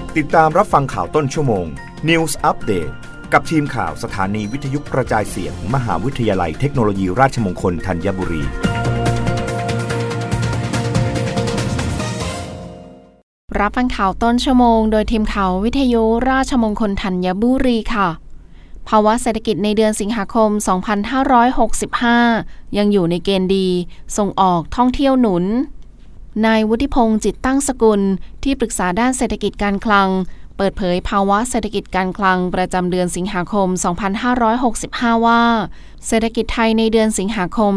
ติดตามรับฟังข่าวต้นชั่วโมง News Update กับทีมข่าวสถานีวิทยุกระจายเสียง มหาวิทยาลัยเทคโนโลยีราชมงคลธัญบุรีรับฟังข่าวต้นชั่วโมงโดยทีมข่าววิทยุราชมงคลธัญบุรีค่ะภาวะเศรษฐกิจในเดือนสิงหาคม 2565 ยังอยู่ในเกณฑ์ดีส่งออกท่องเที่ยวหนุนนายวุฒิพงษ์จิตตั้งสกุลที่ปรึกษาด้านเศรษฐกิจการคลังเปิดเผยภาวะเศรษฐกิจการคลังประจำเดือนสิงหาคม 2565 ว่าเศรษฐกิจไทยในเดือนสิงหาคม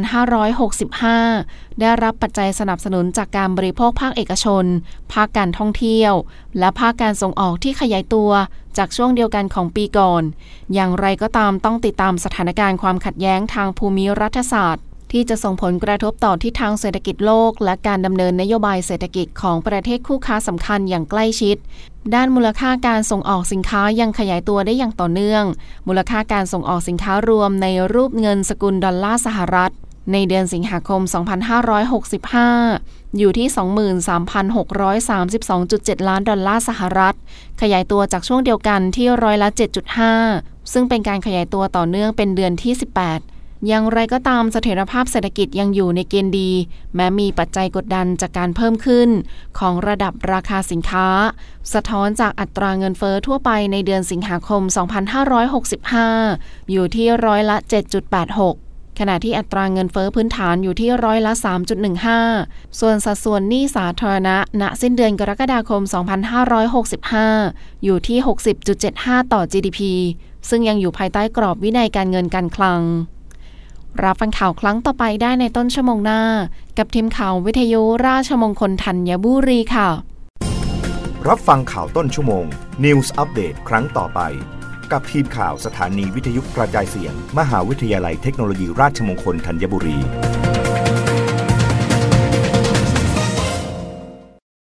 2565 ได้รับปัจจัยสนับสนุนจากการบริโภคภาคเอกชนภาคการท่องเที่ยวและภาคการส่งออกที่ขยายตัวจากช่วงเดียวกันของปีก่อนอย่างไรก็ตามต้องติดตามสถานการณ์ความขัดแย้งทางภูมิรัฐศาสตร์ที่จะส่งผลกระทบต่อทิศทางเศรษฐกิจโลกและการดำเนินนโยบายเศรษฐกิจของประเทศคู่ค้าสำคัญอย่างใกล้ชิดด้านมูลค่าการส่งออกสินค้ายังขยายตัวได้อย่างต่อเนื่องมูลค่าการส่งออกสินค้ารวมในรูปเงินสกุลดอลลาร์สหรัฐในเดือนสิงหาคม 2565 อยู่ที่ 23,632.7 ล้านดอลลาร์สหรัฐขยายตัวจากช่วงเดียวกันที่ร้อยละ 7.5 ซึ่งเป็นการขยายตัวต่อเนื่องเป็นเดือนที่ 18อย่างไรก็ตามเสถียรภาพเศรษฐกิจยังอยู่ในเกณฑ์ดีแม้มีปัจจัยกดดันจากการเพิ่มขึ้นของระดับราคาสินค้าสะท้อนจากอัตราเงินเฟ้อทั่วไปในเดือนสิงหาคม 2565 อยู่ที่ร้อยละ 7.86 ขณะที่อัตราเงินเฟ้อพื้นฐานอยู่ที่ร้อยละ 3.15 ส่วนสัดส่วนหนี้สาธารณะณสิ้นเดือนกรกฎาคม 2565 อยู่ที่ 60.75 ต่อ GDP ซึ่งยังอยู่ภายใต้กรอบวินัยการเงินการคลังรับฟังข่าวครั้งต่อไปได้ในต้นชั่วโมงหน้ากับทีมข่าววิทยุราชมงคลธัญบุรีค่ะรับฟังข่าวต้นชั่วโมง News Update ครั้งต่อไปกับทีมข่าวสถานีวิทยุกระจายเสียง มหาวิทยาลัยเทคโนโลยีราชมงคลธัญบุรี